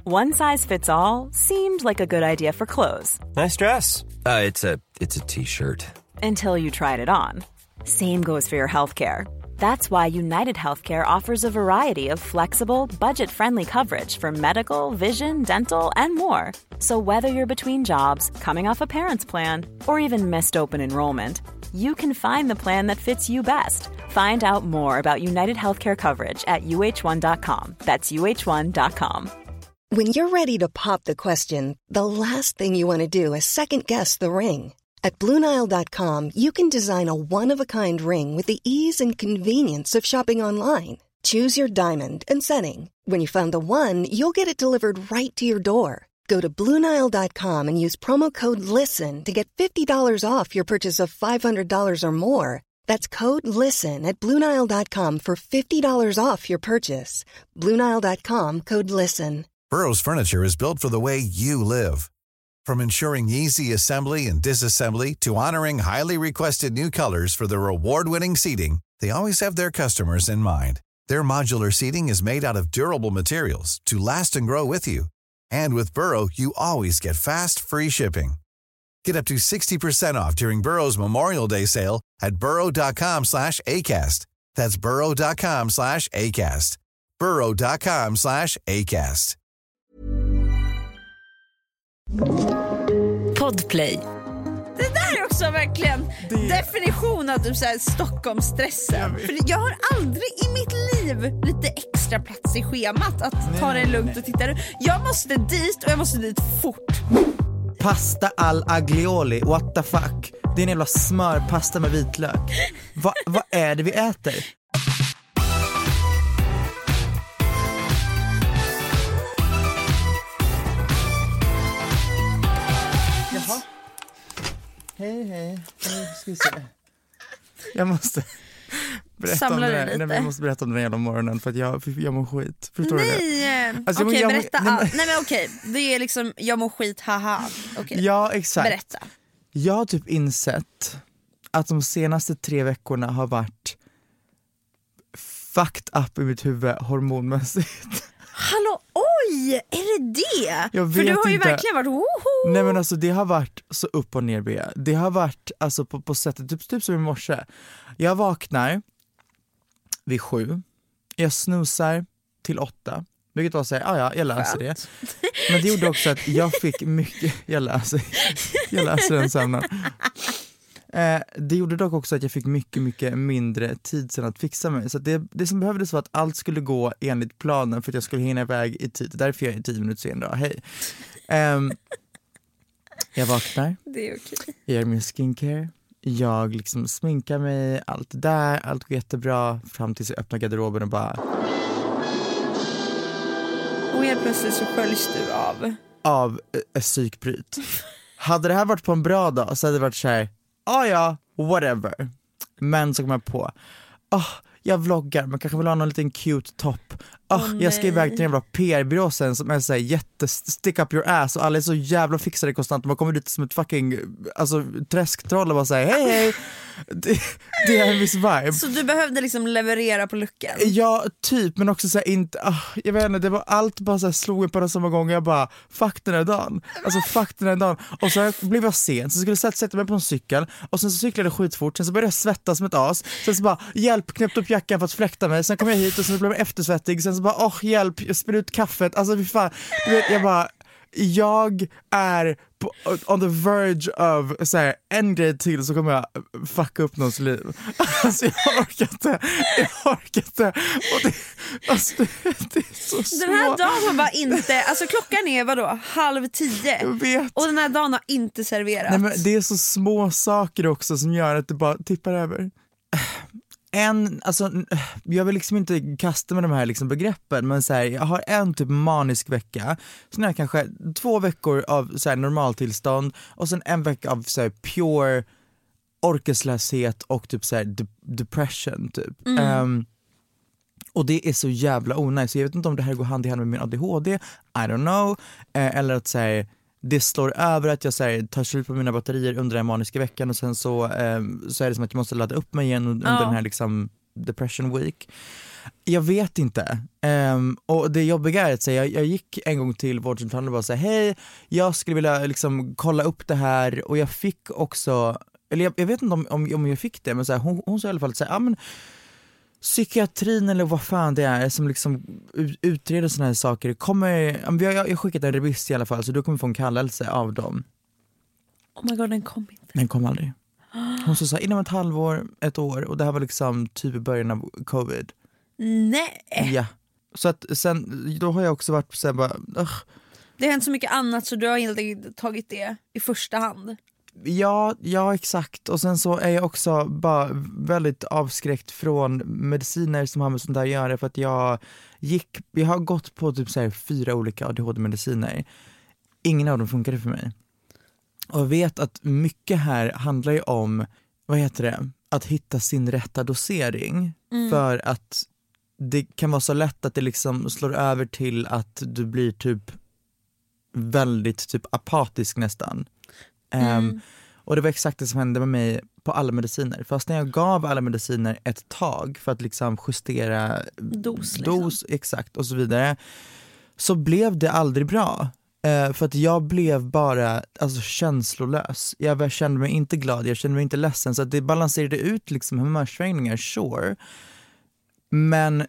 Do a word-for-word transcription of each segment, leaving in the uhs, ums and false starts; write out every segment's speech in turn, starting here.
One size fits all seemed like a good idea for clothes. Nice dress. Uh, it's a it's a t-shirt. Until you tried it on. Same goes for your healthcare. That's why United Healthcare offers a variety of flexible, budget-friendly coverage for medical, vision, dental, and more. So whether you're between jobs, coming off a parent's plan, or even missed open enrollment, you can find the plan that fits you best. Find out more about United Healthcare coverage at U H one dot com. That's U H one dot com. When you're ready to pop the question, the last thing you want to do is second-guess the ring. At Blue Nile dot com, you can design a one-of-a-kind ring with the ease and convenience of shopping online. Choose your diamond and setting. When you find the one, you'll get it delivered right to your door. Go to Blue Nile dot com and use promo code LISTEN to get fifty dollars off your purchase of five hundred dollars or more. That's code LISTEN at Blue Nile dot com for fifty dollars off your purchase. Blue Nile dot com, code LISTEN. Burrow's furniture is built for the way you live. From ensuring easy assembly and disassembly to honoring highly requested new colors for their award-winning seating, they always have their customers in mind. Their modular seating is made out of durable materials to last and grow with you. And with Burrow, you always get fast, free shipping. Get up to sixty percent off during Burrow's Memorial Day sale at burrow dot com slash ACAST. That's burrow dot com slash ACAST. burrow dot com slash ACAST. Podplay. Det där är också verkligen det... definition av typ så här Stockholmsstressen. Jag, För jag har aldrig i mitt liv lite extra plats i schemat att nej, ta det lugnt och titta. Jag måste dit och jag måste dit fort. Pasta al aglioli, what the fuck? Det är en jävla smörpasta med vitlök. Va, vad är det vi äter? Jaha. Hej, hej. Nu ska vi se. Jag måste berätta Samlar om det här. lite. Nej, jag måste berätta om den hela morgonen för att jag, jag mår skit. Förstår nej. du det? Alltså, okej, jag, berätta. nej, men... nej men okej, det är liksom jag mår skit, haha. Okay. Ja, exakt. Berätta. Jag har typ insett att de senaste tre veckorna har varit fucked up i mitt huvud hormonmässigt. Hallå, oj, är det det? Jag vet För du har ju inte. verkligen varit woho! Nej men alltså det har varit så upp och ner, Bea. Det har varit alltså på, på sättet, typ, typ som i morse. Jag vaknar vid sju, jag snusar till åtta. Vilket var såhär, ja ja, jag löser det. Men det gjorde också att jag fick mycket, jag löser, jag löser den sömnen. Eh, det gjorde dock också att jag fick mycket, mycket mindre tid sen att fixa mig. Så det, det som behövdes var att allt skulle gå enligt planen för att jag skulle hinna iväg i tid. Därför är jag i tio minuter sen då, hej. Eh, jag vaknar, det är okej. jag gör min skincare, jag liksom sminkar mig, allt det där, allt går jättebra fram tills jag öppnar garderoben och bara... Och helt plötsligt så sköljs du av. Av äh, psykbryt. Hade det här varit på en bra dag så hade det varit så här, ah, ja, whatever. Men så kom jag på, oh, jag vloggar, men kanske vill ha någon liten cute topp. Oh, oh, jag ska iväg till en jävla P R-byrå sen som är såhär jätte stick up your ass och alla är så jävla fixade konstant. Man kommer dit som ett fucking alltså, träsktroll och bara säger hej hej. Det, det är en viss vibe. Så du behövde liksom leverera på luckan? Ja, typ, men också såhär inte, ah, jag vet inte, det var allt bara såhär slog mig på den samma gång. Jag bara, fuck den här dagen. Alltså fuck den här dagen. Och så blev jag sen, så skulle jag sätta mig på en cykel och sen så cyklade jag skitfort, sen så började jag svettas som ett as. Sen så bara, hjälp, knäppte upp jackan för att fläkta mig. Sen kom jag hit och sen blev jag eftersvettig. Sen så bara, åh oh, hjälp, jag spiller ut kaffet. Alltså fy fan, du vet, jag bara, jag är på, on the verge of så här, en grej till så kommer jag fucka upp någons liv. Alltså jag orkar inte, jag orkar inte. Och det, alltså, det, det är så små. Den här dagen har bara inte, alltså klockan är vadå, halv tio. Jag vet. Och den här dagen har inte serverats. Nej, men det är så små saker också som gör att det bara tippar över. En, alltså, jag vill liksom inte kasta med de här liksom begreppen, men så här, jag har en typ manisk vecka, sen har jag kanske två veckor av så här normaltillstånd och sen en vecka av så här pure orkeslöshet och typ så här de- depression typ. Mm. Um, och det är så jävla onajs. Jag vet inte om det här går hand i hand med min A D H D, I don't know, uh, eller att säga det slår över att jag så här, tar slut på mina batterier under den maniska veckan och sen så, eh, så är det som att jag måste ladda upp mig igen under ja. den här liksom depression week. Jag vet inte. Um, och det jobbiga är att säga, jag, jag gick en gång till vårdcentralen och bara säga hej, jag skulle vilja liksom kolla upp det här, och jag fick också, eller jag, jag vet inte om, om, om jag fick det, men så här, hon, hon sa i alla fall att säga, ja men psykiatrin eller vad fan det är som liksom utreder såna här saker kommer, jag har skickat en remiss i alla fall, så du kommer få en kallelse av dem. Oh my god, den kom inte. Den kom aldrig. Hon sa så här, inom ett halvår, ett år, och det här var liksom typ i början av covid. Nej. Ja. Så att sen, då har jag också varit så här bara, ugh. Det har hänt så mycket annat så du har helt enkelt tagit det i första hand. Ja, ja exakt. Och sen så är jag också bara väldigt avskräckt från mediciner som har med sånt där att göra, för att jag gick, jag har gått på typ så här fyra olika A D H D-mediciner. Ingen av dem funkade för mig. Och jag vet att mycket här handlar ju om, vad heter det, att hitta sin rätta dosering. Mm. För att det kan vara så lätt att det liksom slår över till att du blir typ väldigt typ apatisk nästan. Mm. Um, och det var exakt det som hände med mig på alla mediciner. Fast när jag gav alla mediciner ett tag för att liksom justera dos, liksom. dos exakt och så vidare, så blev det aldrig bra. Uh, för att jag blev bara alltså, känslolös. Jag kände mig inte glad, jag kände mig inte ledsen. Så att det balanserade ut liksom humörsvängningar, sure. Men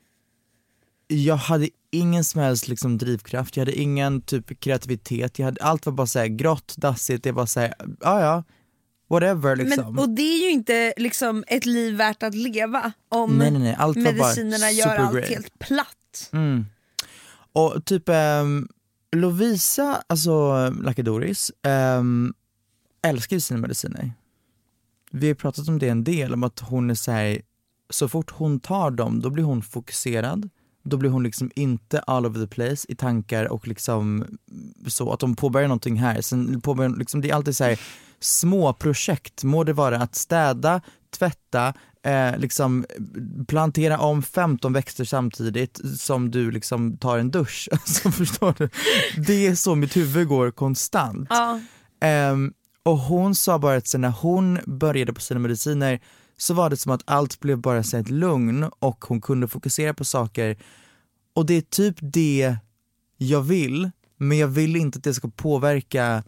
jag hade ingen som helst liksom, drivkraft. Jag hade ingen typ kreativitet. Jag hade, allt var bara så här grått, dassigt. Det var så här, ja ja, whatever liksom. Men, och det är ju inte liksom ett liv värt att leva om nej, nej, nej. Allt medicinerna var gör allt great. helt platt. Mm. Och typ um, Lovisa, alltså Lakidoris, um, älskar ju sina mediciner. Vi har pratat om det en del, om att hon är så här, så fort hon tar dem, då blir hon fokuserad. Då blir hon liksom inte all over the place i tankar och liksom så att de påbörjar någonting här. Sen påbörjar liksom, det är alltid så här små projekt. Må det vara att städa, tvätta, eh, liksom plantera om femton växter samtidigt som du liksom tar en dusch. Alltså, förstår du? Det är så mitt huvud går konstant. Ja. Eh, och hon sa bara att sen när hon började på sina mediciner så var det som att allt blev bara så ett lugn och hon kunde fokusera på saker. Och det är typ det jag vill, men jag vill inte att det ska påverka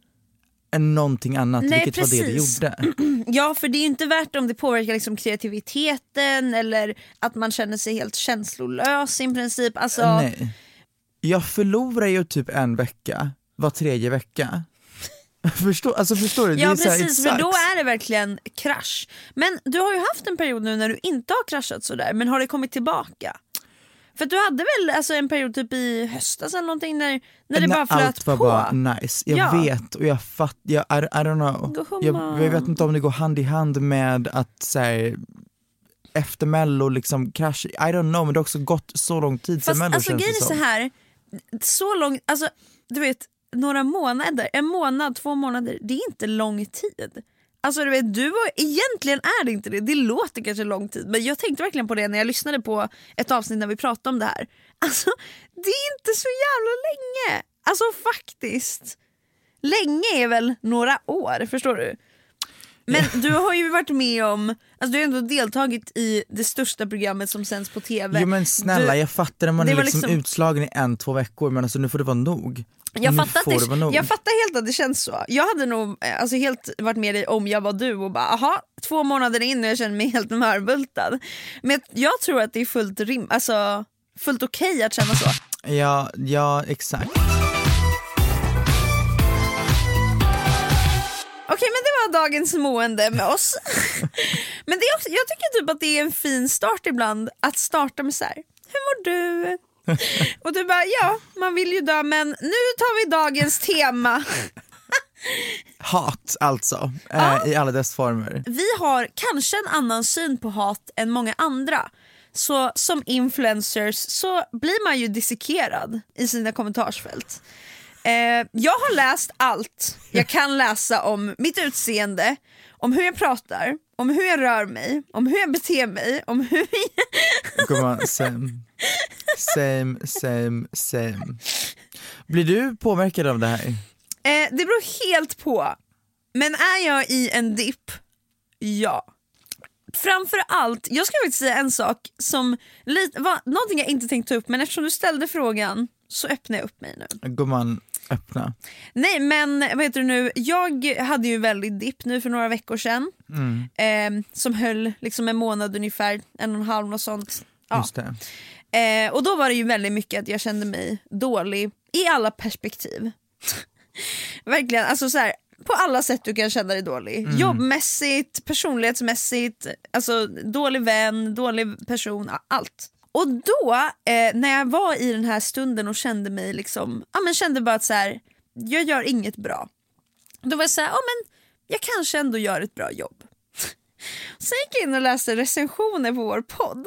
någonting annat. Nej, vilket precis. var det det gjorde. Ja, för det är ju inte värt om det påverkar liksom kreativiteten eller att man känner sig helt känslolös i princip. Alltså... Nej. Jag förlorar ju typ en vecka var tredje vecka. Förstår, alltså förstår du? Ja, det är precis, så här, för då är det verkligen krasch. Men du har ju haft en period nu när du inte har kraschat sådär, men har det kommit tillbaka? För du hade väl alltså en period typ i höstas eller någonting när, när det bara flöt allt var på. bara nice. Jag ja. vet och jag fatt, jag, I, I don't know. Jag, jag vet inte om det går hand i hand med att säga efter Mello liksom krasch. I don't know, men det har också gått så lång tid sedan Mello. Alltså grejen är så här, så lång, alltså du vet några månader, en månad, två månader, det är inte lång tid. Alltså du vet, du var, egentligen är det inte det. Det låter kanske lång tid, men jag tänkte verkligen på det när jag lyssnade på ett avsnitt när vi pratade om det här. Alltså, det är inte så jävla länge. Alltså faktiskt. Länge är väl några år, förstår du? Men du har ju varit med om, alltså du har ändå deltagit i det största programmet som sänds på tv. Jo men snälla, du, jag fattar när man är liksom, liksom utslagen i en, två veckor, men alltså nu får det vara nog. Jag fattar, det, jag fattar helt att det känns så. Jag hade nog alltså, helt varit med dig om jag var du och bara, aha, två månader in och jag känner mig helt mörbultad. Men jag tror att det är fullt rim, alltså fullt okej okay att känna så. Ja, ja, exakt. Okej, men det var dagens mående med oss. Men det är också, jag tycker typ att det är en fin start ibland att starta med så här: hur mår du? Och du bara, ja, man vill ju dö, men nu tar vi dagens tema. Hat alltså, ja. eh, i alla dess former. Vi har kanske en annan syn på hat än många andra. Så som influencers så blir man ju dissekerad i sina kommentarsfält. eh, Jag har läst allt jag kan läsa om mitt utseende, om hur jag pratar, om hur jag rör mig, om hur jag beter mig, om hur jag... same. same, same, same. Blir du påverkad av det här? Eh, det beror helt på. Men är jag i en dipp? Ja. framför allt, jag ska faktiskt säga en sak som lite, var, någonting jag inte tänkt ta upp, men eftersom du ställde frågan så öppnar jag upp mig nu. Gumman, öppna. Nej men vad heter det nu, jag hade ju väldigt dipp nu för några veckor sedan Mm. eh, som höll liksom en månad ungefär, en och en halv och sånt. Ja. Just det. Eh, och då var det ju väldigt mycket att jag kände mig dålig i alla perspektiv. Verkligen, alltså så här, på alla sätt du kan känna dig dålig. Mm. Jobbmässigt, personlighetsmässigt, alltså dålig vän, dålig person, allt. Och då, eh, när jag var i den här stunden och kände mig liksom, ja men kände bara att så här, jag gör inget bra. Då var jag så här, ja men jag kanske ändå gör ett bra jobb. Sen gick jag in och läste recensioner på vår podd.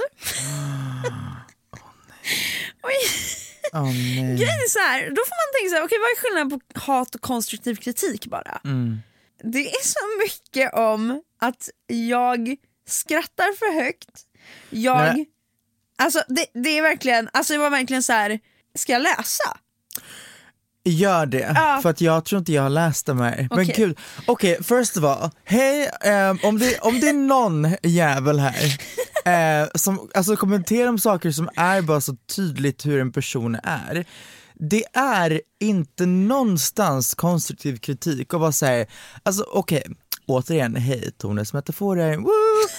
Och oh, nej. grejen är så här, då får man tänka så här, okej, vad är skillnaden på hat och konstruktiv kritik bara? Mm. Det är så mycket om att jag skrattar för högt. Jag Nej. Alltså det, det är verkligen, alltså det var verkligen så här, ska jag läsa? Gör det, Ja. för att jag tror inte jag har läst det här. Men Okej. gud, okej, okay, first of all, hej, um, om, det, om det är någon jävel här eh, som alltså, kommenterar om saker som är bara så tydligt hur en person är, det är inte någonstans konstruktiv kritik och bara säger, alltså okej, okay, återigen, hej, Tones metaforer, woo!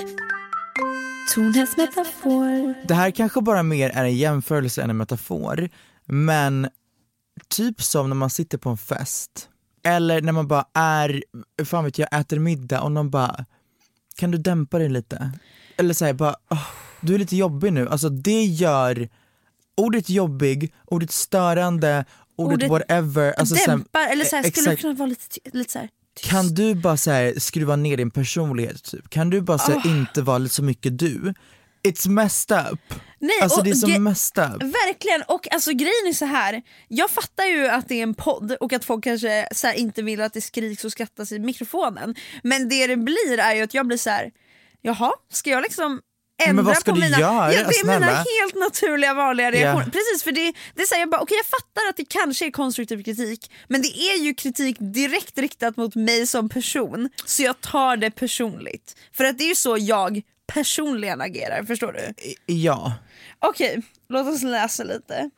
Tones metafor. Det här kanske bara mer är en jämförelse än en metafor, men typ som när man sitter på en fest eller när man bara är, fan vet jag, äter middag och någon bara, kan du dämpa dig lite? Eller säger bara, oh, du är lite jobbig nu. Alltså det gör ordet jobbig, ordet störande, ordet, ordet whatever, alltså dämpar, sen, eller så här, skulle exakt, det kunna vara lite, lite så här tyst. Kan du bara så här, skruva ner din personlighet typ? Kan du bara så här, oh. inte vara lite så mycket du? It's messed up. Nej, alltså och det är så ge- messed up. Verkligen, och alltså grejen är så här. Jag fattar ju att det är en podd och att folk kanske så här, inte vill att det skriks och skrattas i mikrofonen. Men det det blir är ju att jag blir så här, jaha, ska jag liksom ändra men vad ska på du mina, göra, ja, det är snälla? mina helt naturliga vanliga reaktioner. Ja. Precis, för det, det är så här, jag bara, okej, jag fattar att det kanske är konstruktiv kritik, men det är ju kritik direkt riktat mot mig som person, så jag tar det personligt. För att det är ju så jag personligen agerar, förstår du? Ja. Okej, låt oss läsa lite.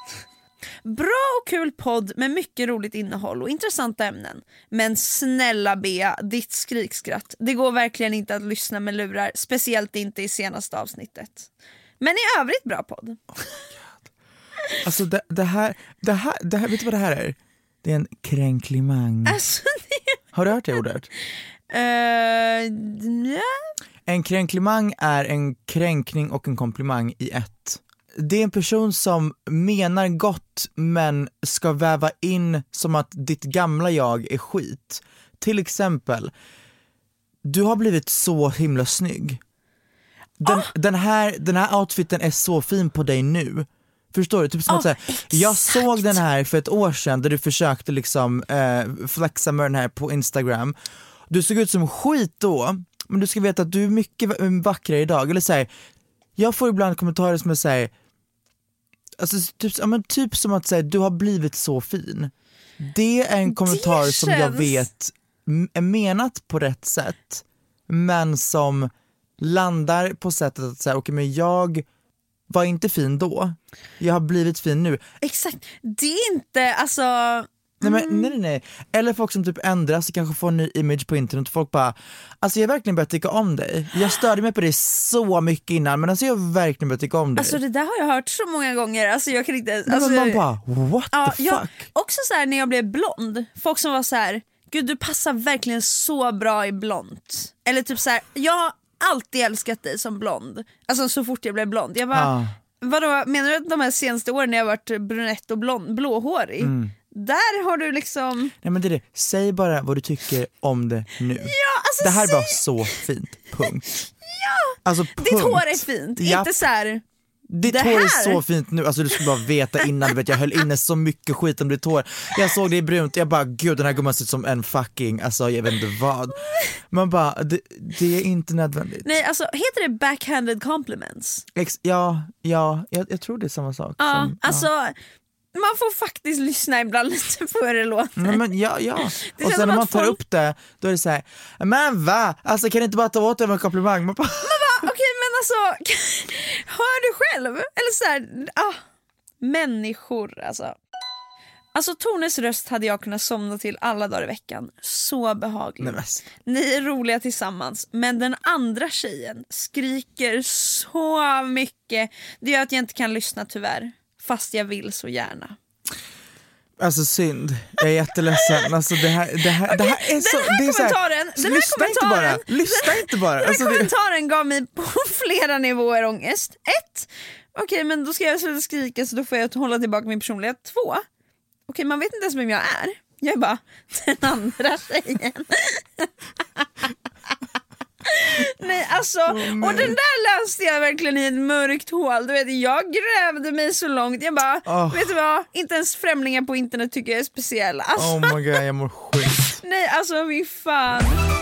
Bra och kul podd med mycket roligt innehåll och intressanta ämnen. Men snälla Bea, ditt skrikskratt, det går verkligen inte att lyssna med lurar, speciellt inte i senaste avsnittet. Men i övrigt bra podd. Oh alltså det, det, här, det, här, det här, vet du vad det här är? Det är en kränklimang. Alltså det... Har du hört det ordet? Uh, ja. En kränklimang är en kränkning och en komplimang i ett. Det är en person som menar gott men ska väva in som att ditt gamla jag är skit. Till exempel, du har blivit så himla snygg. Den, oh. den, här, den här outfiten är så fin på dig nu. Förstår du? Typ som oh, att säga, jag såg den här för ett år sedan där du försökte liksom eh, flexa med den här på Instagram. Du såg ut som skit då, men du ska veta att du är mycket vackrare idag. Eller så här, jag får ibland kommentarer som säger, alltså typ, ja, men typ som att säga, du har blivit så fin. Det är en kommentar känns... som jag vet är menat på rätt sätt, men som landar på sättet att säga, okej, okay, men jag var inte fin då, jag har blivit fin nu. Exakt, det är inte, alltså... Nej, men, nej, nej, nej. Eller folk som typ ändras och kanske får en ny image på internet och folk bara, alltså jag har verkligen börjat tycka om dig. Jag störde mig på dig så mycket innan, men alltså jag har verkligen börjat tycka om dig. Alltså det där har jag hört så många gånger, alltså jag kan inte... Nej, alltså, men man bara, what ja, the fuck? Jag, också så här, när jag blev blond, folk som var så här, gud du passar verkligen så bra i blont. Eller typ så här, jag har alltid älskat dig som blond. Alltså så fort jag blev blond. Jag bara, ah. vadå, menar du att de här senaste åren när jag har varit brunett och blond, blåhårig? Mm. Där har du liksom... Nej men det är det, säg bara vad du tycker om det nu. Ja, alltså, det här säg... var så fint, punkt. Ja, alltså, punkt. Ditt hår är fint, ja. Inte så här. Ditt det hår här... är så fint nu, alltså du skulle bara veta innan, du vet, jag höll inne så mycket skit om ditt hår. Jag såg det i brunt, jag bara, gud den här gumman ser ut som en fucking, alltså jag vet inte vad. Man bara, det, det är inte nödvändigt. Nej, alltså heter det backhanded compliments? Ex- ja, ja jag, jag tror det är samma sak. Ja, som, alltså... ja. man får faktiskt lyssna ibland lite på hur det låter. Nej, men ja, ja. Och sen när man tar folk... upp det, då är det så här, men va? Alltså kan du inte bara ta åt det med en komplimang? Man bara... Okej, okay, men alltså, hör du själv? Eller så här, ah, människor alltså. Alltså Tones röst hade jag kunnat somna till alla dagar i veckan. Så behaglig. Nej, ni är roliga tillsammans. Men den andra tjejen skriker så mycket. Det gör att jag inte kan lyssna tyvärr. Fast jag vill så gärna. Alltså synd, jag är jätteledsen. Alltså det här, det här, okay, det här är så... Den här det är kommentaren, så här, den här lyssna kommentaren, inte bara, lyssna den, inte bara. Den här alltså, kommentaren det... gav mig på flera nivåer ångest. Ett, okej okay, men då ska jag sluta skrika så då får jag hålla tillbaka min personlighet. Två, okej okay, man vet inte ens vem jag är. Jag är bara den andra tjejen. Nej alltså, oh, och den där läste jag verkligen i ett mörkt hål. Du vet, jag grävde mig så långt. Jag bara, oh. vet du vad? Inte ens främlingar på internet tycker jag är speciella alltså. Oh my god, jag mår skit. Nej alltså, vi fan.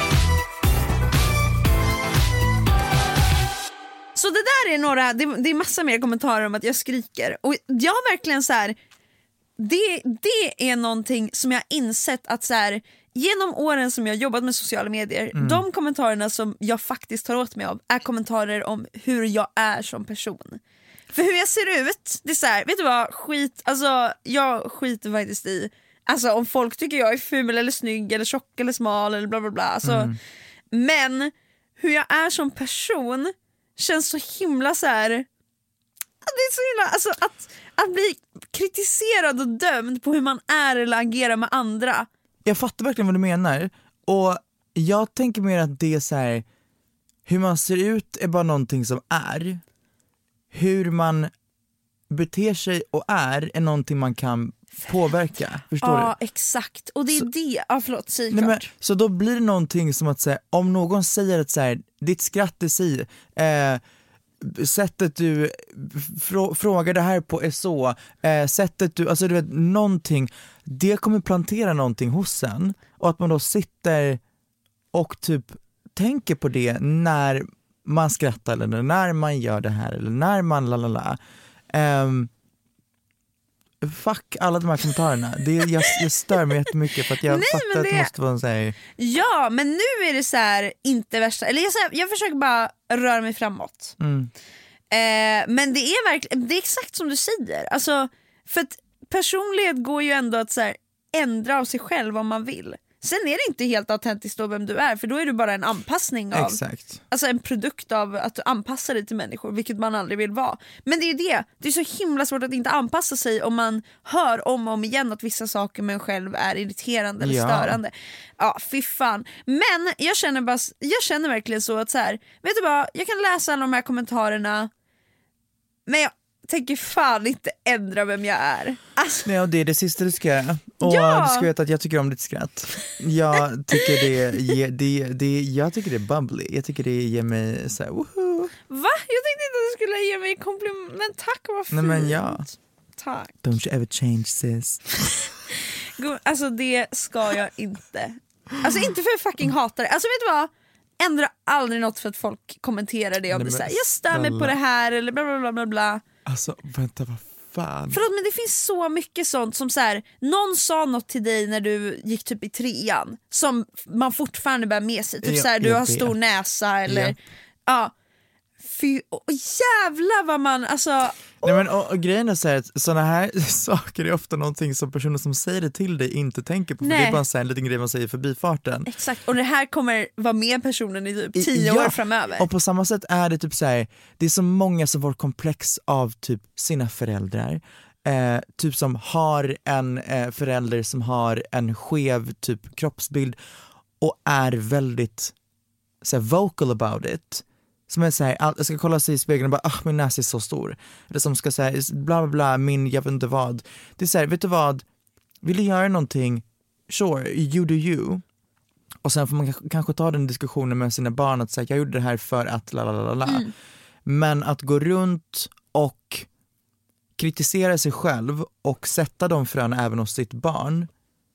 Så det där är några, det, det är massa mer kommentarer om att jag skriker. Och jag har verkligen så här, det, det är någonting som jag har insett att så här, genom åren som jag jobbat med sociala medier, mm. de kommentarerna som jag faktiskt tar åt mig av är kommentarer om hur jag är som person. För hur jag ser ut, det är så här, vet du vad, skit, alltså jag skiter faktiskt i, alltså om folk tycker jag är ful eller snygg eller tjock eller smal eller bla bla bla, alltså, mm. men hur jag är som person känns så himla så här, det är så himla, alltså att, att bli kritiserad och dömd på hur man är eller agerar med andra. Jag fattar verkligen vad du menar. Och jag tänker mer att det är så här, hur man ser ut är bara någonting som är. Hur man beter sig och är är någonting man kan påverka. Förstår ja, du? Ja, exakt. Och det är så, det. Ja, förlåt, säg nej, klart. Men, så då blir det någonting som att säga, om någon säger att så här, ditt skratt är si, eh, sättet du frå, frågar det här på är så, eh, sättet du, alltså du vet, någonting, det kommer plantera någonting hos en, och att man då sitter och typ tänker på det när man skrattar eller när man gör det här eller när man lalala. Um, fuck alla de här kommentarerna. Det, jag, jag stör mig jättemycket för att jag Nej, fattar det... att det måste vara en så här... Ja, men nu är det så här, inte värsta, eller jag, så här, jag försöker bara röra mig framåt. Mm. Eh, men det är verkligen, det är exakt som du säger. Alltså, för att personlighet går ju ändå att så här, ändra av sig själv om man vill. Sen är det inte helt autentiskt då vem du är, för då är du bara en anpassning av, exakt. Alltså en produkt av att du anpassar dig till människor, vilket man aldrig vill vara. Men det är det, det är så himla svårt att inte anpassa sig om man hör om och om igen att vissa saker med en själv är irriterande eller ja. störande. Ja, fy fan. Men jag känner bara, jag känner verkligen så att så här, vet du vad, jag kan läsa alla de här kommentarerna, men jag tänker fan inte ändra vem jag är. Alltså. Nej, och det är det sista du ska göra. Och ja. du ska veta att jag tycker om ditt skratt. Jag tycker det, det, det, det, jag tycker det är bubbly. Jag tycker det ger mig så här, woho. Va? Jag tänkte inte att du skulle ge mig komplimент. Men tack, vad fint. Nej, men ja. Tack. Don't you ever change, sis. Alltså det ska jag inte. Alltså inte för jag fucking hatar det. Alltså vet du vad? Ändra aldrig något för att folk kommenterar det och blir såhär, jag stör mig på det här eller bla bla bla bla bla. Alltså vänta, vad fan. Förlåt, men det finns så mycket sånt som så här, någon sa något till dig när du gick typ i trean som man fortfarande bär med sig. Typ ja, så här, du har vet. stor näsa eller ja. ja. Fy, oh, jävlar vad man alltså, oh. Nej, men, och, och grejen är så här, att såna här saker är ofta någonting som personer som säger det till dig inte tänker på, för Nej. det är bara så här, en liten grej man säger i förbifarten. Exakt, och det här kommer vara med personen i typ tio ja. år framöver. Och på samma sätt är det typ så här, det är så många som får komplex av typ sina föräldrar. Eh, typ som har en eh, förälder som har en skev typ kroppsbild och är väldigt så här, vocal about it. Som är såhär, jag ska kolla sig i spegeln och bara, ah, min näsa är så stor. Eller som ska säga, bla bla bla, min jag vet inte vad. Det är såhär, vet du vad? Vill du göra någonting? Sure, you do you. Och sen får man k- kanske ta den diskussionen med sina barn att säga, jag gjorde det här för att la la la la. Mm. Men att gå runt och kritisera sig själv och sätta de fröna även hos sitt barn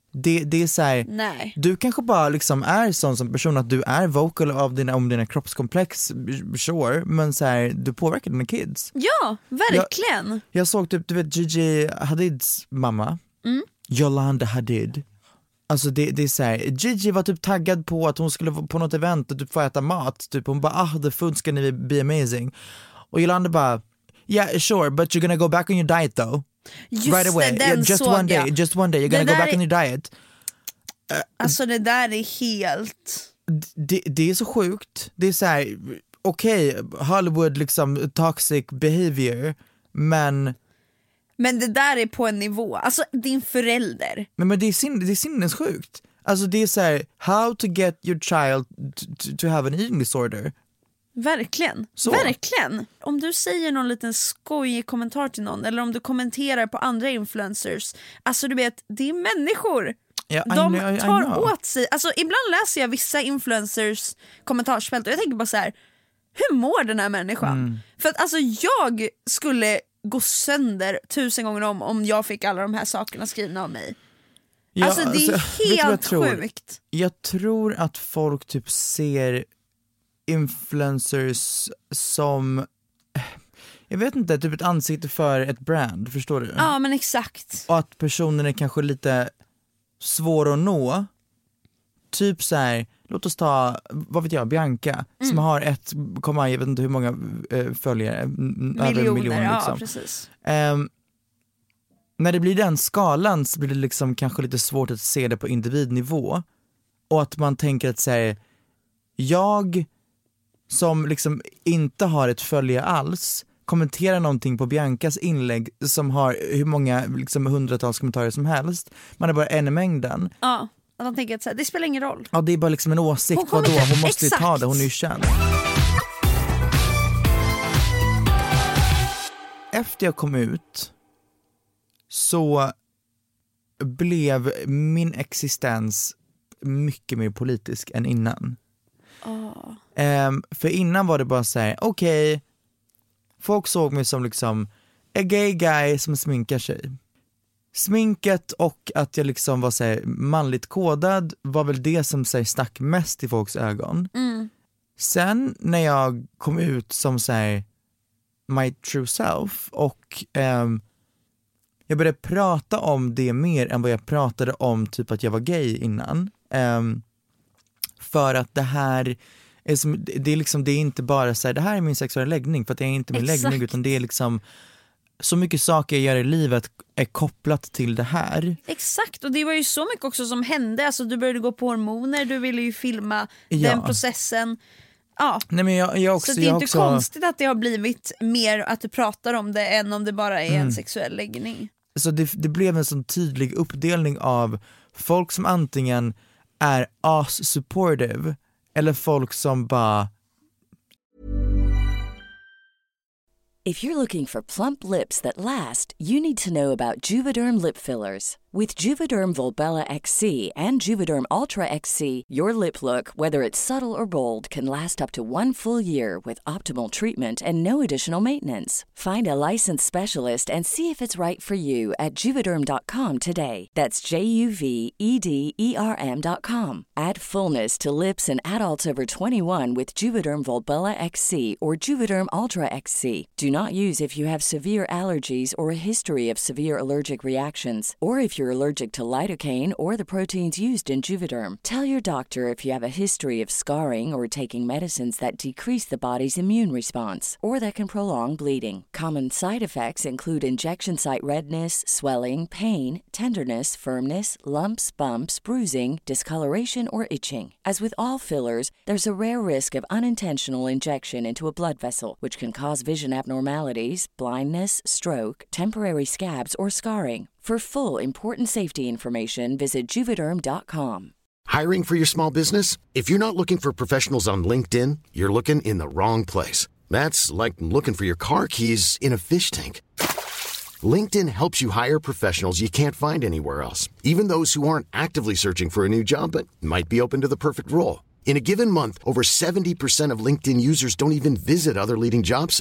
Det, det är så här, Nej. du kanske bara liksom är sån som person att du är vocal av dina, om dina kroppskomplex, sure, men så här, du påverkar dina kids. Ja, verkligen. Jag, jag såg typ, du vet Gigi Hadids mamma, mm. Yolanda Hadid. Alltså det, det är så här, Gigi var typ taggad på att hon skulle på något event och typ få äta mat. Typ hon bara, ah the food ska ni be amazing. Och Yolanda bara, yeah sure but you're gonna go back on your diet though. Just right away, det, yeah, just one day, jag. just one day, you're gonna det go back är... on your diet. Uh, alltså det där är helt... Det, det är så sjukt. Det är så här, okej, okay, Hollywood liksom toxic behavior, men... Men det där är på en nivå, alltså din förälder. Men, men det är, sin, det är sinnessjukt. Alltså det är så här, how to get your child to, to have an eating disorder. Verkligen, så. Verkligen. Om du säger någon liten skojig kommentar till någon, eller om du kommenterar på andra influencers, alltså du vet, det är människor. Yeah, de I know, I tar know. åt sig, alltså ibland läser jag vissa influencers kommentarsfält och jag tänker bara så här: hur mår den här människan? Mm. För att alltså jag skulle gå sönder tusen gånger om om jag fick alla de här sakerna skrivna av mig. Ja, alltså det är alltså, helt jag sjukt. Jag tror att folk typ ser influencers som, jag vet inte, typ ett ansikte för ett brand, förstår du? Ja men exakt. Och att personen är kanske lite svår att nå. Typ så här, låt oss ta, vad vet jag, Bianca mm. som har ett, komma, jag vet inte hur många äh, följare, miljoner, över en miljon liksom. Ja, precis. Um, när det blir den skalan så blir det liksom kanske lite svårt att se det på individnivå. Och att man tänker att säga, jag som liksom inte har ett följe alls kommenterar någonting på Biancas inlägg som har hur många liksom hundratals kommentarer som helst. Man är bara en i mängden. Ja, och de tänker att så här, det spelar ingen roll. Ja, det är bara liksom en åsikt. Hon, vadå? Hon måste ju ta det, hon är ju känd. Efter jag kom ut så blev min existens mycket mer politisk än innan. Oh. Um, för innan var det bara så här: okej, okay, folk såg mig som liksom a gay guy som sminkar sig. Sminket och att jag liksom var så här manligt kodad var väl det som så här stack mest i folks ögon. Mm. Sen när jag kom ut som så här my true self och um, jag började prata om det mer än vad jag pratade om typ att jag var gay innan. Um, för att det här är, som, det är liksom, det är inte bara så här, det här är min sexuella läggning, för att det är inte min Exakt. läggning, utan det är liksom så mycket saker jag gör i livet är kopplat till det här. Exakt, och det var ju så mycket också som hände. Alltså du började gå på hormoner, du ville ju filma ja. den processen. Ja. Nej, men jag, jag också, så det är jag inte också... konstigt att det har blivit mer att du pratar om det än om det bara är mm. en sexuell läggning. Så det, det blev en sån tydlig uppdelning av folk som antingen är as-supportive eller folk som bara... If you're looking for plump lips that last, you need to know about Juvederm lip fillers. With Juvederm Volbella X C and Juvederm Ultra X C, your lip look, whether it's subtle or bold, can last up to one full year with optimal treatment and no additional maintenance. Find a licensed specialist and see if it's right for you at juvederm dot com today. That's J U V E D E R M dot com. Add fullness to lips in adults over twenty-one with Juvederm Volbella X C or Juvederm Ultra X C. Do not use if you have severe allergies or a history of severe allergic reactions, or if you're allergic to lidocaine or the proteins used in Juvederm. Tell your doctor if you have a history of scarring or taking medicines that decrease the body's immune response or that can prolong bleeding. Common side effects include injection site redness, swelling, pain, tenderness, firmness, lumps, bumps, bruising, discoloration, or itching. As with all fillers, there's a rare risk of unintentional injection into a blood vessel, which can cause vision abnormalities, blindness, stroke, temporary scabs, or scarring. For full important safety information, visit juvederm dot com. Hiring for your small business? If you're not looking for professionals on LinkedIn, you're looking in the wrong place. That's like looking for your car keys in a fish tank. LinkedIn helps you hire professionals you can't find anywhere else, even those who aren't actively searching for a new job but might be open to the perfect role. In a given month, over seventy percent of LinkedIn users don't even visit other leading job sites.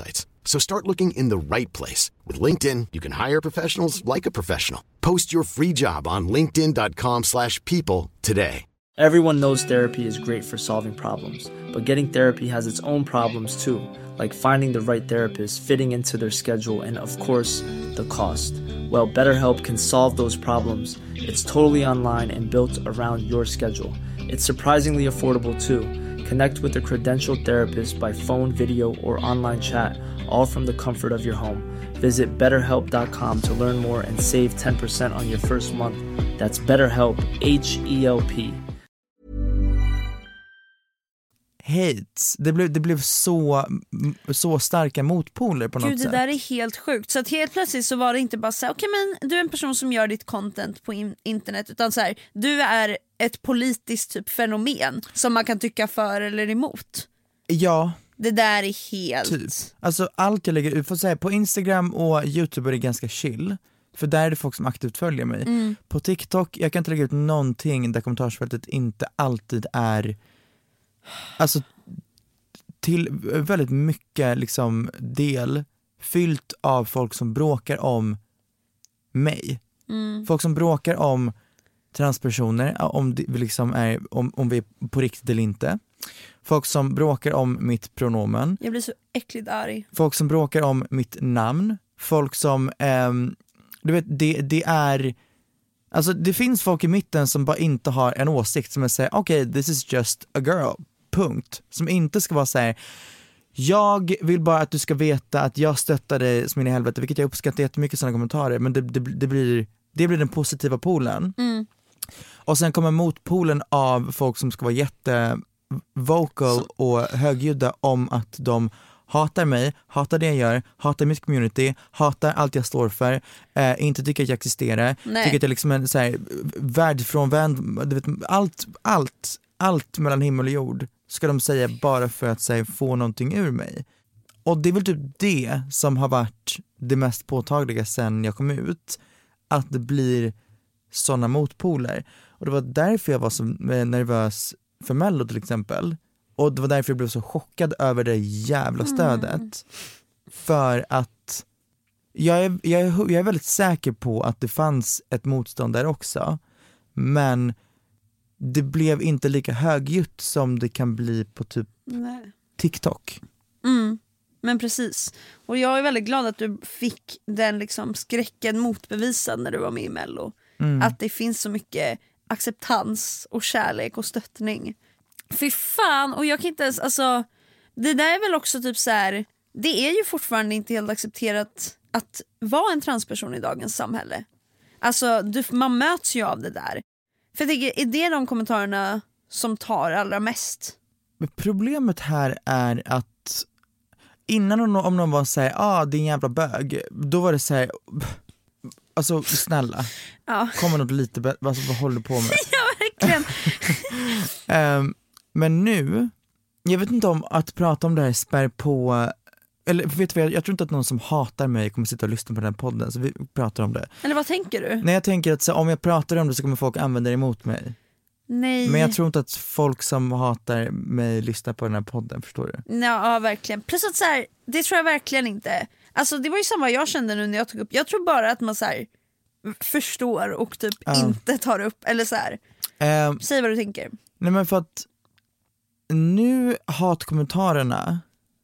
So start looking in the right place. With LinkedIn, you can hire professionals like a professional. Post your free job on linkedin dot com slash people today. Everyone knows therapy is great for solving problems, but getting therapy has its own problems too, like finding the right therapist, fitting into their schedule, and of course, the cost. Well, BetterHelp can solve those problems. It's totally online and built around your schedule. It's surprisingly affordable too. Connect with a credentialed therapist by phone, video, or online chat, all from the comfort of your home. Visit better help dot com to learn more and save ten percent on your first month. That's BetterHelp, H E L P. Hates. Det blev, det blev så, så starka motpoler på något Gud, det sätt. där är helt sjukt. Så att helt plötsligt så var det inte bara så här, okej okay, men du är en person som gör ditt content på in- internet, utan så här, du är ett politiskt typ fenomen som man kan tycka för eller emot. Ja. Det där är helt... Typ. Alltså allt jag lägger ut, för att säga, på Instagram och YouTube är det ganska chill. För där är det folk som aktivt följer mig. Mm. På TikTok, jag kan inte lägga ut någonting där kommentarsfältet inte alltid är... Alltså till väldigt mycket liksom del fyllt av folk som bråkar om mig. Mm. Folk som bråkar om transpersoner, om, det liksom är, om, om vi är på riktigt eller inte. Folk som bråkar om mitt pronomen. Jag blir så äckligt arg. Folk som bråkar om mitt namn. Folk som, ähm, du vet, det, det är... Alltså det finns folk i mitten som bara inte har en åsikt, som är säger okej, okay, this is just a girl, punkt. Som inte ska vara så här: jag vill bara att du ska veta att jag stöttar dig som in i helvete, vilket jag uppskattar jättemycket sådana kommentarer, men det, det, det, blir, det blir den positiva polen. Mm. Och sen kommer motpolen av folk som ska vara jättevocal och högljudda om att de hatar mig, hatar det jag gör, hatar mitt community, hatar allt jag står för, eh, inte tycker att jag existerar, Nej. tycker att jag liksom är så här världsfrånvänd, du vet, allt, allt, allt mellan himmel och jord ska de säga bara för att här, få någonting ur mig. Och det är väl typ det som har varit det mest påtagliga sen jag kom ut, att det blir sådana motpoler. Och det var därför jag var så nervös för Mello till exempel. Och det var därför jag blev så chockad över det jävla stödet. Mm. För att jag är, jag, är, jag är väldigt säker på att det fanns ett motstånd där också. Men det blev inte lika högljutt som det kan bli på typ Nej. TikTok. Mm, men precis. Och jag är väldigt glad att du fick den liksom skräcken motbevisad när du var med i Mello. Mm. Att det finns så mycket acceptans och kärlek och stöttning. Fy fan, och jag kan inte ens, alltså det där är väl också typ så här, det är ju fortfarande inte helt accepterat att vara en transperson i dagens samhälle. Alltså du, man möts ju av det där. För jag tänker, är det de kommentarerna som tar allra mest? Men problemet här är att innan om någon, om någon var såhär, ah det är en jävla bög, då var det såhär, alltså snälla, ja. Kommer något lite bättre, alltså vad håller du på med? Ja, verkligen. um, Men nu, jag vet inte om att prata om det här spär på, eller vet du vad, jag, jag tror inte att någon som hatar mig kommer sitta och lyssna på den här podden, så vi pratar om det. Eller vad tänker du? Nej, jag tänker att så, om jag pratar om det så kommer folk använda det emot mig. Nej. Men jag tror inte att folk som hatar mig lyssnar på den här podden, förstår du? Ja, ja verkligen. Plus att så här, det tror jag verkligen inte. Alltså det var ju samma jag kände nu när jag tog upp. Jag tror bara att man så här förstår och typ uh. inte tar upp, eller så här. Uh. Säg vad du tänker. Nej, men för att nu hatkommentarerna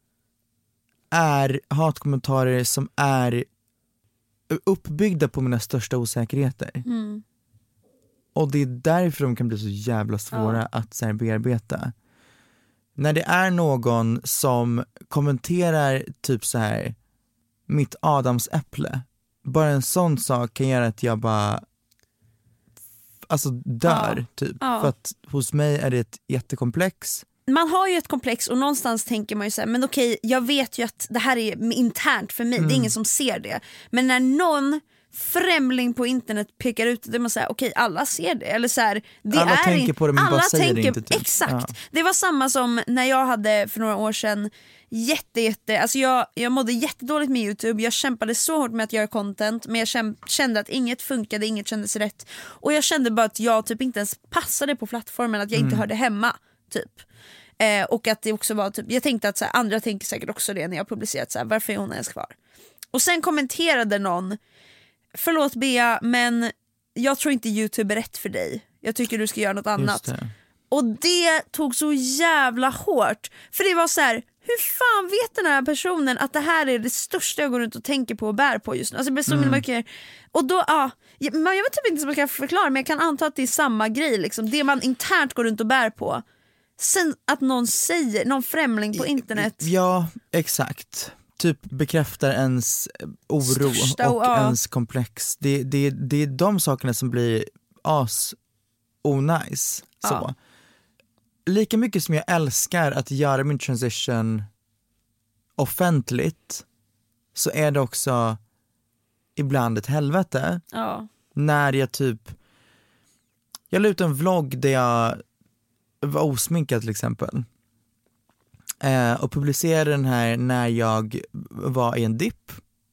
är hatkommentarer som är uppbyggda på mina största osäkerheter. Mm. Och det är därför de kan bli så jävla svåra ja. att så här, bearbeta. När det är någon som kommenterar typ så här mitt adamsäpple, bara en sån sak kan göra att jag bara alltså dör ja. typ. Ja. För att hos mig är det ett jättekomplex. Man har ju ett komplex och någonstans tänker man ju så här, men okej, jag vet ju att det här är internt för mig, mm. det är ingen som ser det. Men när någon främling på internet pekar ut det, man säger okej, alla ser det, eller så här, det alla är tänker på det, men alla bara säger tänker, det inte typ. Exakt. Ja. Det var samma som när jag hade för några år sedan jätte jätte alltså jag jag mådde jättedåligt med YouTube. Jag kämpade så hårt med att göra content, men jag kände att inget funkade, inget kändes rätt. Och jag kände bara att jag typ inte ens passade på plattformen, att jag mm. inte hörde hemma typ. Eh, och att det också var typ, jag tänkte att så här, andra tänker säkert också det när jag publicerat så här, varför är hon ens kvar? Och sen kommenterade någon, förlåt Bea, men jag tror inte YouTube är rätt för dig. Jag tycker du ska göra något annat. det. Och det tog så jävla hårt. För det var så här, hur fan vet den här personen att det här är det största jag går runt och tänker på och bär på just nu? Alltså det blir så mm. mycket. Och då, ja, man, jag vet typ inte som jag kan förklara, men jag kan anta att det är samma grej liksom. Det man internt går runt och bär på. Sen att någon säger, någon främling på internet. Ja, exakt. Typ bekräftar ens oro Största, och ja. ens komplex. Det, det, det är de sakerna som blir as onajs. Så. Ja. Lika mycket som jag älskar att göra min transition offentligt, så är det också ibland ett helvete. Ja. När jag typ, jag la ut en vlogg där jag var osminkad till exempel. Eh, och publicerade den här när jag var i en dipp.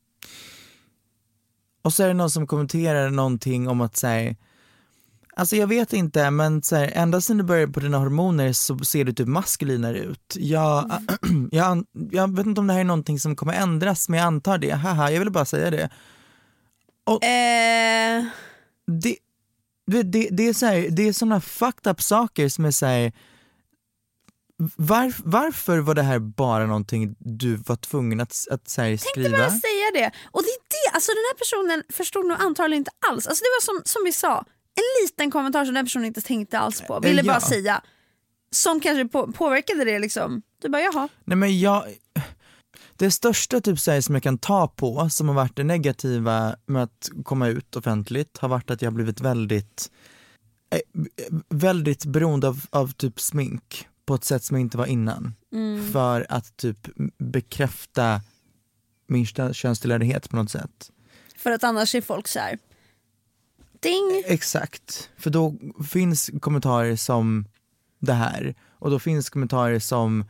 Och så är det någon som kommenterar någonting om att säga, alltså jag vet inte, men så här, ända sedan du började på dina hormoner så ser du typ maskulinare ut. Jag, mm. jag, jag vet inte om det här är någonting som kommer ändras, men jag antar det. Haha, jag ville bara säga det. Och eh. det, det, det, det är så här, det är såna fucked up saker som är så här, var, varför var det här bara någonting du var tvungen att, att så här, skriva? Tänkte bara säga det. Och det är det, alltså den här personen förstod nog antagligen inte alls. Alltså det var som, som vi sa, en liten kommentar som den personen inte tänkte alls på. Ville ja. bara säga, som kanske på, påverkade det liksom. Du bara, jaha. Nej men jag, det största typ så här, som jag kan ta på, som har varit det negativa med att komma ut offentligt, har varit att jag har blivit väldigt väldigt beroende av, av typ smink på ett sätt som jag inte var innan. Mm. För att typ bekräfta min könstillhörighet på något sätt. För att annars är folk så här, ding. Exakt, för då finns kommentarer som det här, och då finns kommentarer som,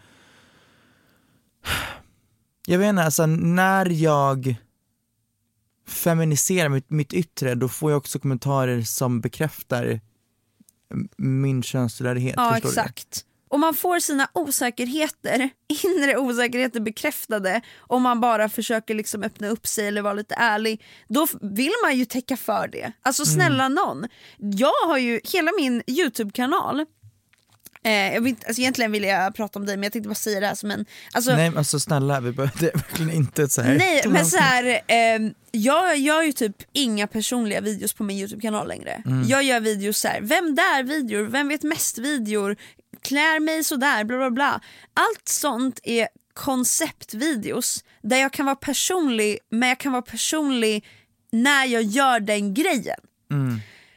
jag vet inte, alltså när jag feminiserar mitt, mitt yttre, då får jag också kommentarer som bekräftar min könstillhörighet. Ja, exakt. Du? Och man får sina osäkerheter, inre osäkerheter bekräftade om man bara försöker liksom öppna upp sig eller vara lite ärlig. Då vill man ju täcka för det. Alltså snälla mm. någon. Jag har ju hela min YouTube-kanal. Eh, jag vill, alltså egentligen vill jag prata om dig, men jag tänkte bara säga det här som en... Alltså, nej, alltså snälla, vi behöver, det är verkligen inte så här. Nej, men så här, eh, jag gör ju typ inga personliga videos på min YouTube-kanal längre. Mm. Jag gör videos så här, vem där videor, vem vet mest videor, klär mig sådär, bla bla bla. Allt sånt är konceptvideos där jag kan vara personlig, men jag kan vara personlig när jag gör den grejen. Mm.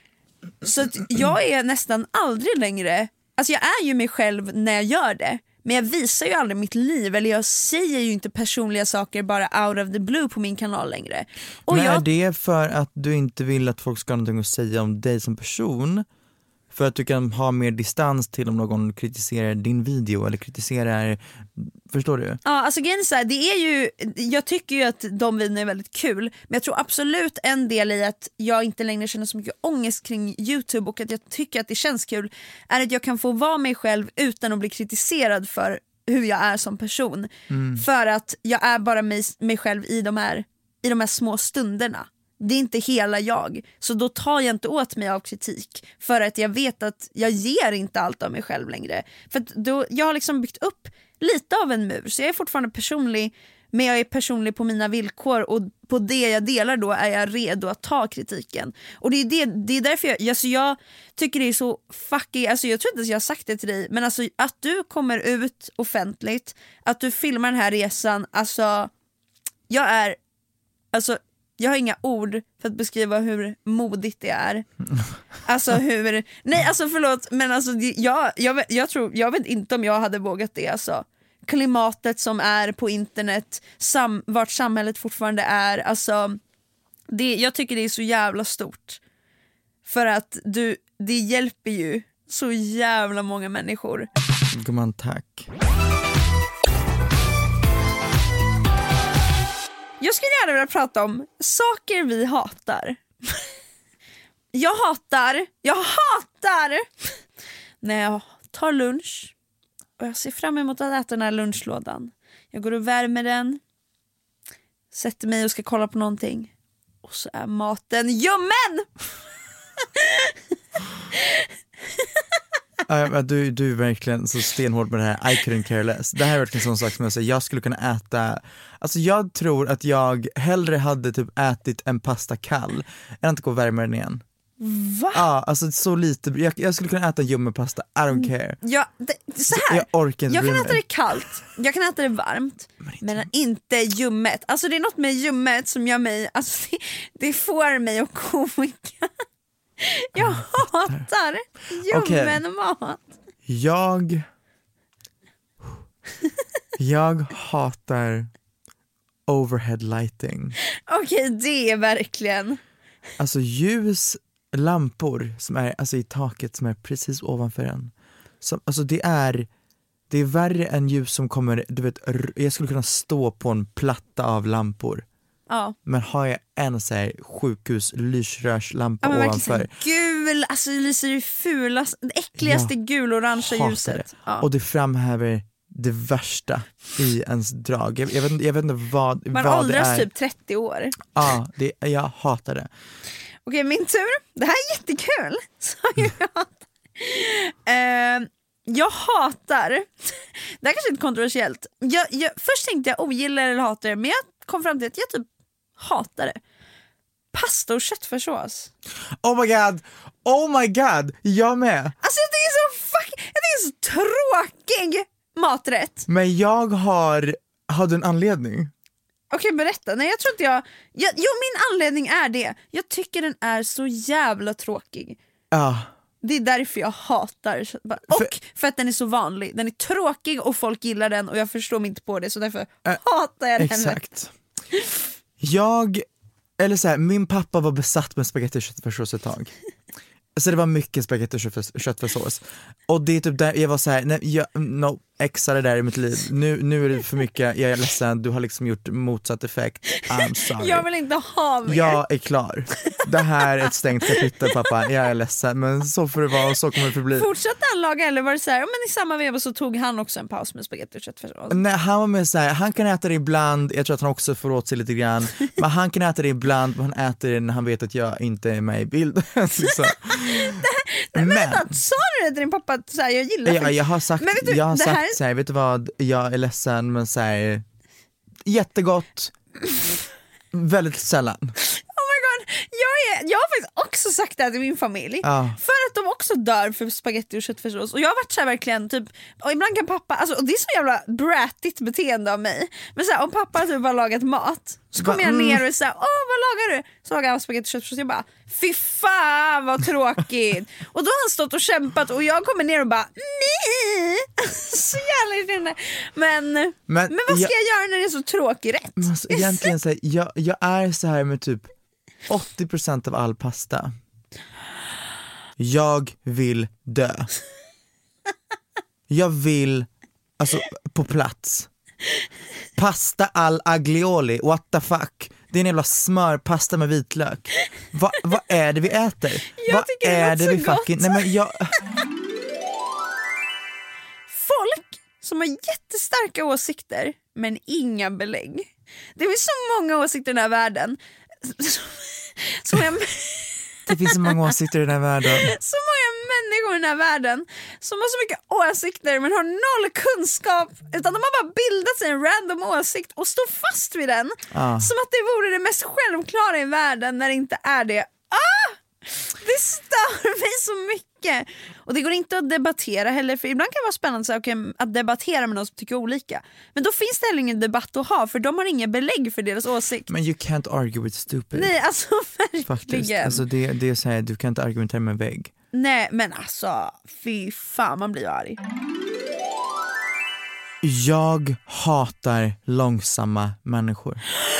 Så att jag är nästan aldrig längre, alltså jag är ju mig själv när jag gör det, men jag visar ju aldrig mitt liv, eller jag säger ju inte personliga saker bara out of the blue på min kanal längre. Och men är jag... det för att du inte vill att folk ska ha någonting att säga om dig som person? För att du kan ha mer distans till om någon kritiserar din video eller kritiserar, förstår du? Ja, alltså Gensa, det är ju, jag tycker ju att de videorna är väldigt kul, men jag tror absolut en del i att jag inte längre känner så mycket ångest kring YouTube och att jag tycker att det känns kul är att jag kan få vara mig själv utan att bli kritiserad för hur jag är som person. Mm. För att jag är bara mig, mig själv i de här, i de här små stunderna. Det är inte hela jag, så då tar jag inte åt mig av kritik för att jag vet att jag ger inte allt av mig själv längre. För att då, jag har liksom byggt upp lite av en mur, så jag är fortfarande personlig, men jag är personlig på mina villkor, och på det jag delar då är jag redo att ta kritiken. Och det är, det, det är därför jag, alltså jag tycker det är så fucking, alltså jag tror inte att jag har sagt det till dig, men alltså att du kommer ut offentligt, att du filmar den här resan, alltså jag är, alltså jag har inga ord för att beskriva hur modigt det är. Alltså hur, nej alltså förlåt, men alltså jag, jag, jag tror, jag vet inte om jag hade vågat det alltså. Klimatet som är på internet, sam, vart samhället fortfarande är, alltså det, jag tycker det är så jävla stort. För att du, det hjälper ju så jävla många människor. Gumman, tack. Jag skulle gärna vilja prata om saker vi hatar. Jag hatar, jag hatar när jag tar lunch Och jag ser fram emot att äta den här lunchlådan. Jag går och värmer den. Sätter mig och ska kolla på någonting. Och så är maten ljummen! Uh, du, du är verkligen så stenhård med det här. I couldn't care less. Det här är verkligen sån sak som jag säger. Jag skulle kunna äta. Alltså jag tror att jag hellre hade typ ätit en pasta kall än att gå och värma den igen. Va? Ja, alltså så lite. Jag, jag skulle kunna äta ljummen pasta. I don't care. Ja, det, så här. Jag orkar inte. Jag kan bry äta mig. det kallt. Jag kan äta det varmt. Men inte, Men inte ljummet. Alltså det är något med ljummet som gör mig, alltså det, det får mig att komika. Jag hatar ljummen okay. mat. Jag Jag hatar overhead lighting. Okej, okay, det är verkligen. Alltså ljus lampor som är alltså i taket som är precis ovanför en. Som, alltså det är det är värre än ljus som kommer, du vet, jag skulle kunna stå på en platta av lampor. Ja. Men har jag en så här sjukhus lysrörslampa ja, ovanför. Gul, alltså det lyser ju fulast, det äckligaste ja, gul-orangea ljuset. Ja. Och det framhäver det värsta i ens drag. Jag, jag, vet, jag vet inte vad, Man vad åldras det är. typ trettio år. Ja, det, jag hatar det. Okej, min tur. Det här är jättekul. Så jag hatar. Uh, jag hatar. Det här kanske är inte kontroversiellt. Jag, jag, först tänkte jag ogillar eller hatar det, men jag kom fram till att jag typ hatar det. Pasta och köttfärssås. Oh my god. Oh my god. Jag med. Alltså jag tycker så fuck, jag tycker så tråkig maträtt. Men jag har hade en anledning. Okej, berätta. Nej, jag tror inte jag, jag... Jo, min anledning är det. Jag tycker den är så jävla tråkig. Ja. Det är därför jag hatar. Och för, för att den är så vanlig. Den är tråkig och folk gillar den. Och jag förstår mig inte på det. Så därför äh, hatar jag den. Exakt. Jag... Eller så här, min pappa var besatt med spagetti och köttfärssås ett tag. Så det var mycket spagetti och köttfärssås. Och det är typ där jag var så här, nej, jag, no, exade där i mitt liv. Nu, nu är det för mycket, jag är ledsen, du har liksom gjort motsatt effekt. I'm sorry. Jag vill inte ha mer. Jag är klar. Det här är ett stängt kapitel, pappa. Jag är ledsen, men så får det vara och så kommer det förbli. Fortsatte han laga eller var det så här, men i samma veva så tog han också en paus med spagetti och köttfärssås? Nej, han var med så här, han kan äta det ibland, jag tror att han också får åt sig lite grann. Men han kan äta det ibland, men han äter det när han vet att jag inte är med i bilden. liksom. Nej, men vänta, sa du det till din pappa att så här, jag gillar ja, jag har sagt, du, jag har sagt här... så här, vet du vad, jag är ledsen men så här, jättegott väldigt sällan. Oh my god, jag, är, jag har faktiskt också sagt det här till min familj. Ja. För att de också dör för spagetti och köttfärssås. Och jag har varit så här verkligen typ, och ibland kan pappa, alltså, och det är så jävla brattigt beteende av mig. Men så här, om pappa typ har lagat mat så kommer jag ner och säger, åh vad lagar du? Så lagar han spagetti och köttfärssås. Jag bara, fy fan vad tråkigt. Och då har han stått och kämpat och jag kommer ner och bara, nej. Så jävla irriterande. Men, men, men vad ska jag, jag göra när det är så tråkig rätt? Alltså, egentligen så här, jag, jag är så här med typ åttio procent av all pasta. Jag vill dö. Jag vill, alltså på plats. Pasta al aglioli, what the fuck. Det är en jävla smörpasta med vitlök. Va, vad är det vi äter? Jag vad tycker det är det vi så fucking... gott. Nej, men jag... Folk som har jättestarka åsikter men inga belägg. Det finns så många åsikter i den här världen. Som jag... Det finns så många åsikter i den här världen. Så många människor i den här världen som har så mycket åsikter men har noll kunskap, utan de har bara bildat sig en random åsikt och står fast vid den. Ah. Som att det vore det mest självklara i världen när det inte är det. Ah! Det stör mig så mycket. Och det går inte att debattera heller, för ibland kan det vara spännande så, okay, att debattera med någon som tycker olika. Men då finns det heller ingen debatt att ha, för de har inga belägg för deras åsikt. Men you can't argue with stupid. Nej, alltså verkligen. Faktiskt, alltså det, det är så här, du kan inte argumentera med en vägg. Nej, men alltså fy fan, man blir arg. Jag hatar långsamma människor.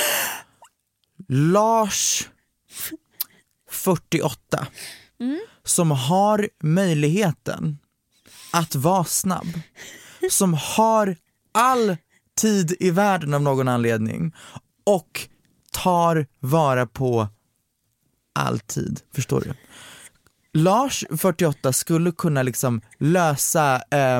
Lars fyrtioåtta mm. som har möjligheten att vara snabb, som har all tid i världen av någon anledning och tar vara på all tid, förstår du? Lars fyrtioåtta skulle kunna liksom lösa um,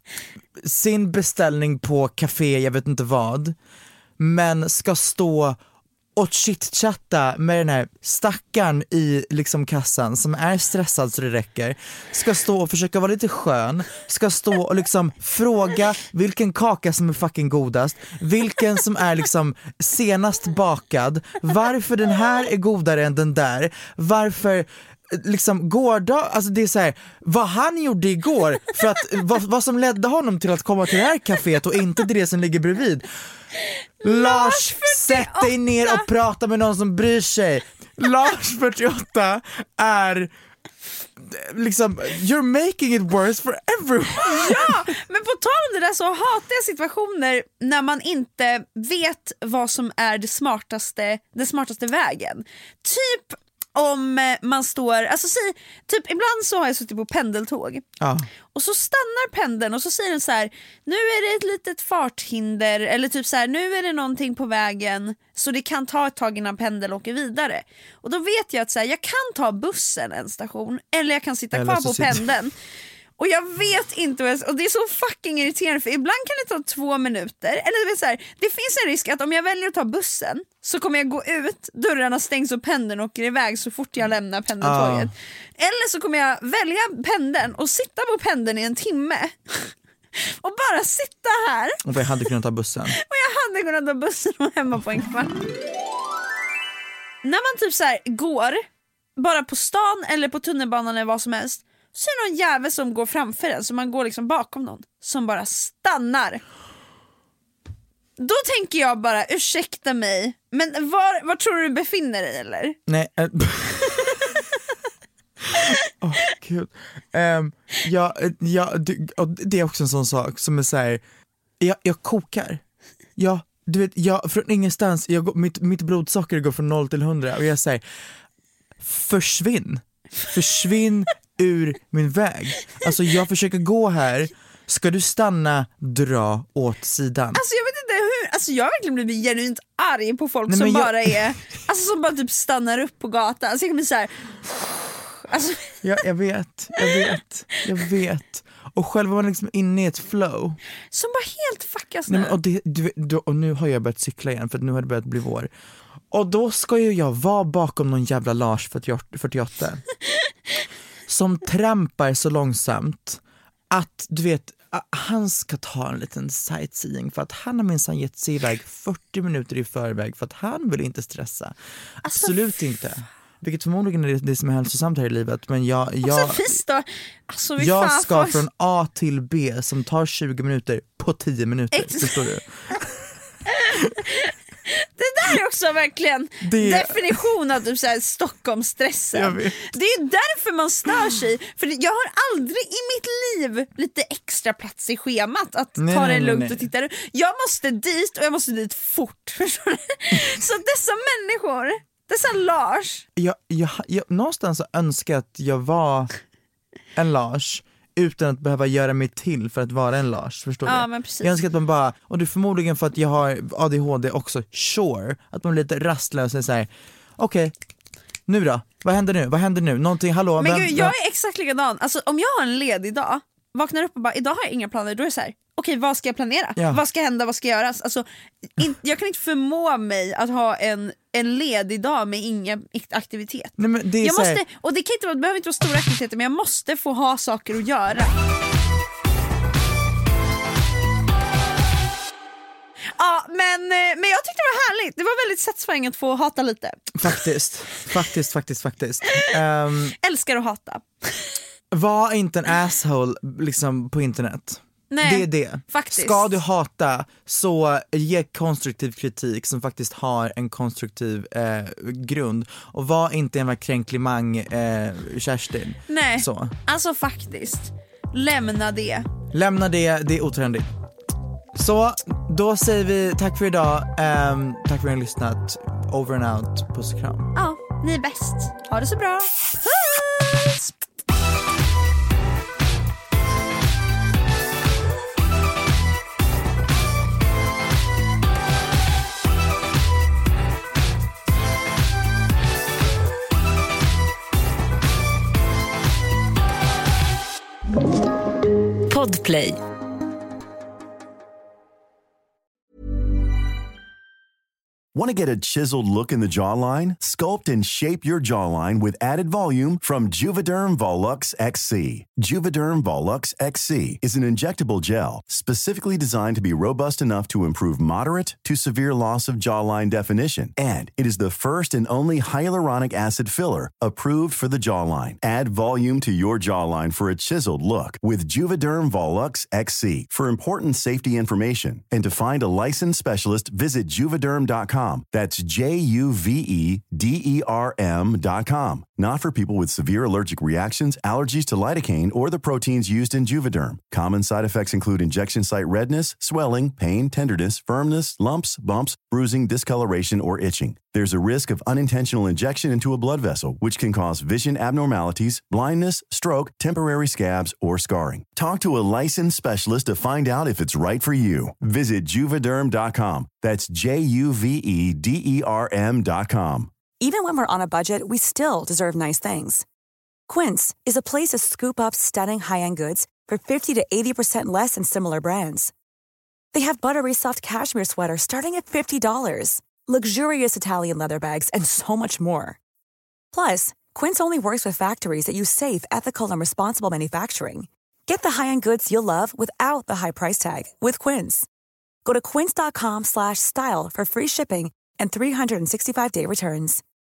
sin beställning på café, jag vet inte vad, men ska stå och chitchatta med den här stackaren i liksom kassan som är stressad så det räcker, ska stå och försöka vara lite skön, ska stå och liksom fråga vilken kaka som är fucking godast, vilken som är liksom senast bakad, varför den här är godare än den där, varför liksom gårdag, alltså det är så här, vad han gjorde igår för att vad, vad som ledde honom till att komma till det här kaféet och inte till det som ligger bredvid. Lars, sätt dig ner och prata med någon som bryr sig. Lars fyrtioåtta är liksom, you're making it worse for everyone. Ja, men på tal om det där så hatar jag situationer när man inte vet vad som är det smartaste, den smartaste vägen. Typ om man står, alltså säg, typ ibland så har jag suttit på pendeltåg ja. och så stannar pendeln och så säger den så här: nu är det ett litet farthinder, eller typ så här, nu är det någonting på vägen så det kan ta ett tag innan pendeln åker vidare. Och då vet jag att så här, jag kan ta bussen en station eller jag kan sitta eller kvar på sitter... pendeln. Och jag vet inte vad jag, och det är så fucking irriterande för ibland kan det ta två minuter. Eller det, är så här, det finns en risk att om jag väljer att ta bussen så kommer jag gå ut, dörrarna stängs och pendeln åker iväg så fort jag lämnar pendeltåget. Ah. Eller så kommer jag välja pendeln och sitta på pendeln i en timme och bara sitta här. Och jag hade kunnat ta bussen. Och jag hade kunnat ta bussen och hemma på en kvart. När man typ så här går bara på stan eller på tunnelbanan eller vad som helst, så är det någon jävel som går framför en, så man går liksom bakom någon som bara stannar. Då tänker jag bara, ursäkta mig, men var, var tror du du befinner dig eller? Nej. Åh oh, gud. Um, ja, ja, och det är också en sån sak som är så här, jag, jag kokar. Ja, du vet, jag, från ingenstans, jag går, mitt, mitt blodsocker går från noll till hundra och jag säger, försvinn. Försvinn ur min väg. Alltså jag försöker gå här. Ska du stanna, dra åt sidan. Alltså jag vet inte hur, alltså jag har verkligen blivit genuint arg på folk. Nej, som jag... bara är, alltså som bara typ stannar upp på gatan. Alltså jag kan bli så här. Alltså... Ja, jag vet, jag vet, jag vet. Och själv var man liksom inne i ett flow som bara helt fuckas nu. nu. Nej, men, och, det, du, och nu har jag börjat cykla igen för att nu har det börjat bli vår. Och då ska ju jag vara bakom någon jävla Lars fyrtioåtta som trampar så långsamt att du vet, han ska ta en liten sightseeing för att han har minsann gett sig iväg fyrtio minuter i förväg för att han vill inte stressa. Alltså, absolut inte. Vilket förmodligen är det, det som är hälsosamt här i livet. Men jag, jag, alltså, då. Alltså, jag fan ska får... från A till B som tar tjugo minuter på tio minuter. Ex- förstår du? Det där är också verkligen det... definition av typ så här Stockholmsstressen. Det är ju därför man stör sig. För jag har aldrig i mitt liv lite extra plats i schemat att nej, ta det lugnt nej, nej. och titta. Jag måste dit och jag måste dit fort. Förstår du? Så dessa människor, dessa Lars. Jag, jag, jag, någonstans önskar jag att jag var en Lars utan att behöva göra mig till för att vara en Lars, förstår ja, du? Men precis. Jag önskar att man bara, och det är förmodligen för att jag har A D H D också, sure, att man är lite rastlös och säger okej, okay, nu då? Vad händer nu? Vad händer nu? Någonting, hallå? Men vem, gud, jag är exakt likadan. Alltså om jag har en ledig dag, vaknar upp och bara, idag har jag inga planer, då är det så här, okej, okay, vad ska jag planera? Ja. Vad ska hända? Vad ska göras? Alltså, in, jag kan inte förmå mig att ha en, en ledig dag med ingen aktivitet. Nej, men det är jag så här... måste, och det kan inte vara, det behöver inte vara stora aktiviteter, men jag måste få ha saker att göra. Ja, men, men jag tyckte det var härligt. Det var väldigt satisfying att få hata lite. Faktiskt, faktiskt, faktiskt, faktiskt. Um, Älskar att hata. Var inte en asshole liksom på internet. Nej, det är det. Faktiskt. Ska du hata, så ge konstruktiv kritik som faktiskt har en konstruktiv eh, grund. Och var inte en kränklimang eh, Kerstin. Nej, så. Alltså faktiskt. Lämna det. Lämna det, det är otrendigt. Så, då säger vi tack för idag. Um, tack för att ni har lyssnat. Over and out. Puss och kram. Ja, ni är bäst. Ha det så bra. Puss! Podplay. Want to get a chiseled look in the jawline? Sculpt and shape your jawline with added volume from Juvederm Volux X C. Juvederm Volux X C is an injectable gel specifically designed to be robust enough to improve moderate to severe loss of jawline definition. And it is the first and only hyaluronic acid filler approved for the jawline. Add volume to your jawline for a chiseled look with Juvederm Volux X C. For important safety information and to find a licensed specialist, visit juvederm dot com. That's J U V E D E R M dot com. Not for people with severe allergic reactions, allergies to lidocaine, or the proteins used in Juvederm. Common side effects include injection site redness, swelling, pain, tenderness, firmness, lumps, bumps, bruising, discoloration, or itching. There's a risk of unintentional injection into a blood vessel, which can cause vision abnormalities, blindness, stroke, temporary scabs, or scarring. Talk to a licensed specialist to find out if it's right for you. Visit juvederm dot com. That's J U V E D E R M dot com. Even when we're on a budget, we still deserve nice things. Quince is a place to scoop up stunning high-end goods for fifty to eighty percent less than similar brands. They have buttery soft cashmere sweaters starting at fifty dollars, luxurious Italian leather bags, and so much more. Plus, Quince only works with factories that use safe, ethical, and responsible manufacturing. Get the high-end goods you'll love without the high price tag with Quince. Go to quince dot com slash style for free shipping and three hundred sixty-five day returns.